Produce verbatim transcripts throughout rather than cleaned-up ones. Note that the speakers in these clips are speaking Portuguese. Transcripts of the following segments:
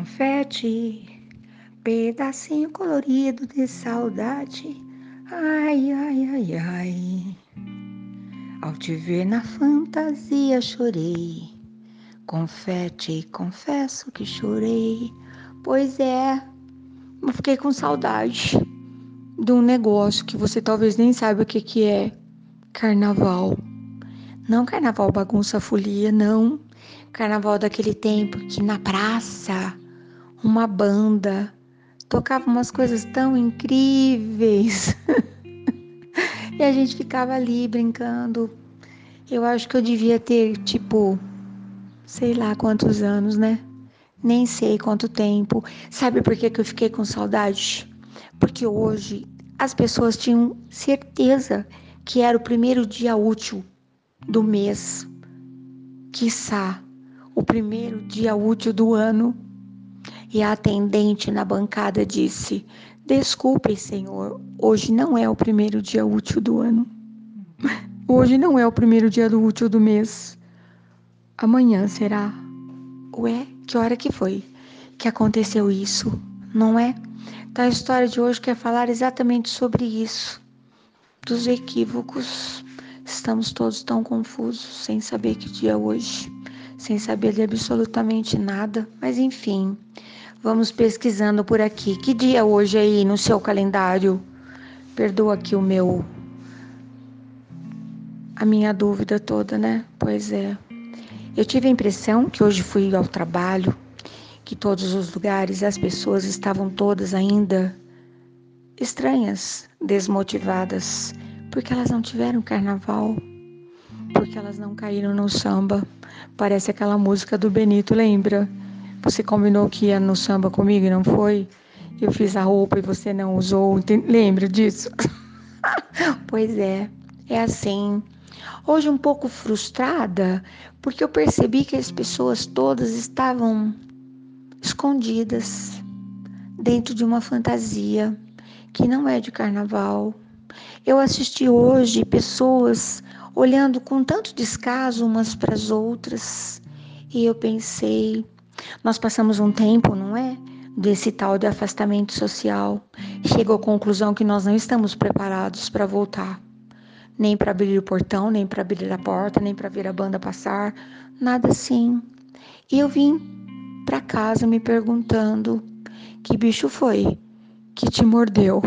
Confete, pedacinho colorido de saudade. Ai, ai, ai, ai. Ao te ver na fantasia chorei. Confete, confesso que chorei. Pois é, eu fiquei com saudade de um negócio que você talvez nem saiba o que, que é. Carnaval. Não carnaval bagunça folia, não. Carnaval daquele tempo que na praça uma banda tocava umas coisas tão incríveis e a gente ficava ali brincando. Eu acho que eu devia ter, tipo, sei lá quantos anos, né? Nem sei quanto tempo. Sabe por que que eu fiquei com saudade? Porque hoje as pessoas tinham certeza que era o primeiro dia útil do mês, quiçá o primeiro dia útil do ano. E a atendente na bancada disse: desculpe, senhor, hoje não é o primeiro dia útil do ano. Hoje não é o primeiro dia do útil do mês. Amanhã será. Ué, que hora que foi que aconteceu isso, não é? Então a história de hoje quer falar exatamente sobre isso, dos equívocos. Estamos todos tão confusos, sem saber que dia é hoje, sem saber de absolutamente nada, mas enfim. Vamos pesquisando por aqui. Que dia hoje aí no seu calendário? Perdoa aqui o meu, a minha dúvida toda, né? Pois é. Eu tive a impressão que hoje fui ao trabalho, que todos os lugares, as pessoas estavam todas ainda estranhas, desmotivadas, porque elas não tiveram carnaval, porque elas não caíram no samba. Parece aquela música do Benito, lembra? Você combinou que ia no samba comigo e não foi? Eu fiz a roupa e você não usou. Lembra disso? Pois é, é assim. Hoje um pouco frustrada, porque eu percebi que as pessoas todas estavam escondidas dentro de uma fantasia que não é de carnaval. Eu assisti hoje pessoas olhando com tanto descaso umas para as outras e eu pensei, nós passamos um tempo, não é? Desse tal de afastamento social. Chego à conclusão que nós não estamos preparados para voltar. Nem para abrir o portão, nem para abrir a porta, nem para ver a banda passar. Nada assim. E eu vim para casa me perguntando, que bicho foi que te mordeu?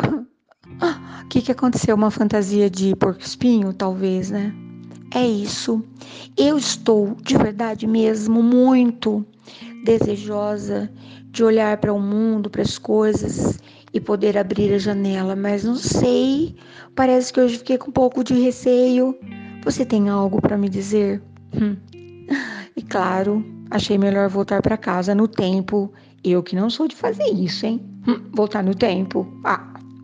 O que, que aconteceu? Uma fantasia de porco-espinho, talvez, né? É isso. Eu estou, de verdade mesmo, muito desejosa de olhar para o mundo, para as coisas e poder abrir a janela, mas não sei, parece que hoje fiquei com um pouco de receio. Você tem algo para me dizer? Hum. E claro, achei melhor voltar para casa no tempo. Eu que não sou de fazer isso, hein? Hum, voltar no tempo. Ah,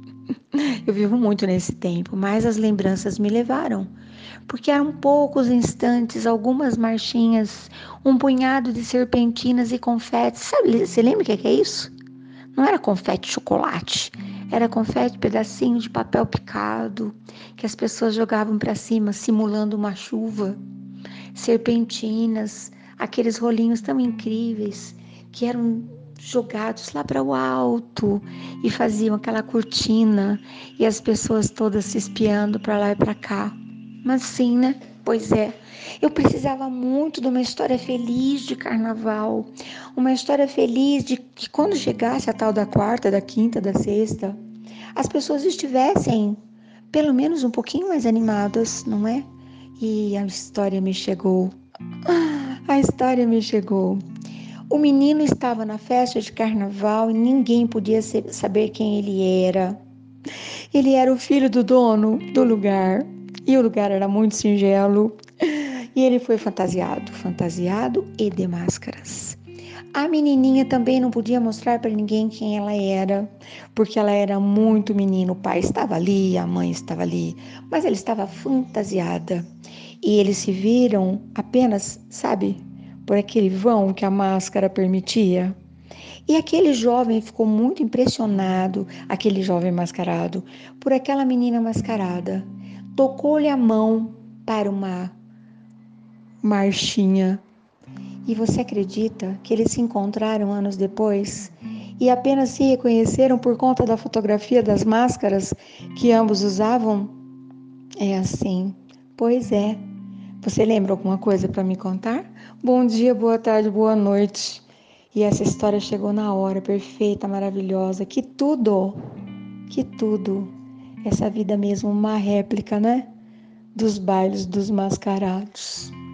eu vivo muito nesse tempo, mas as lembranças me levaram. Porque eram poucos instantes, algumas marchinhas, um punhado de serpentinas e confetes. Sabe, você lembra o que é isso? Não era confete de chocolate, era confete pedacinho de papel picado, que as pessoas jogavam para cima, simulando uma chuva. Serpentinas, aqueles rolinhos tão incríveis, que eram jogados lá para o alto e faziam aquela cortina e as pessoas todas se espiando para lá e para cá. Mas sim, né? Pois é, eu precisava muito de uma história feliz de carnaval, uma história feliz de que quando chegasse a tal da quarta, da quinta, da sexta, as pessoas estivessem pelo menos um pouquinho mais animadas, não é? E a história me chegou. A história me chegou. O menino estava na festa de carnaval e ninguém podia saber quem ele era. Ele era o filho do dono do lugar e o lugar era muito singelo. E ele foi fantasiado, fantasiado e de máscaras. A menininha também não podia mostrar para ninguém quem ela era, porque ela era muito menina. O pai estava ali, a mãe estava ali, mas ela estava fantasiada. E eles se viram apenas, sabe, por aquele vão que a máscara permitia. E aquele jovem ficou muito impressionado, aquele jovem mascarado, por aquela menina mascarada. Tocou-lhe a mão para uma marchinha E você acredita que eles se encontraram anos depois e apenas se reconheceram por conta da fotografia das máscaras que ambos usavam? É assim. Pois é. Você lembra alguma coisa para me contar? Bom dia, boa tarde, boa noite. E essa história chegou na hora, perfeita, maravilhosa. Que tudo, que tudo. Essa vida mesmo, uma réplica, né? Dos bailes dos mascarados.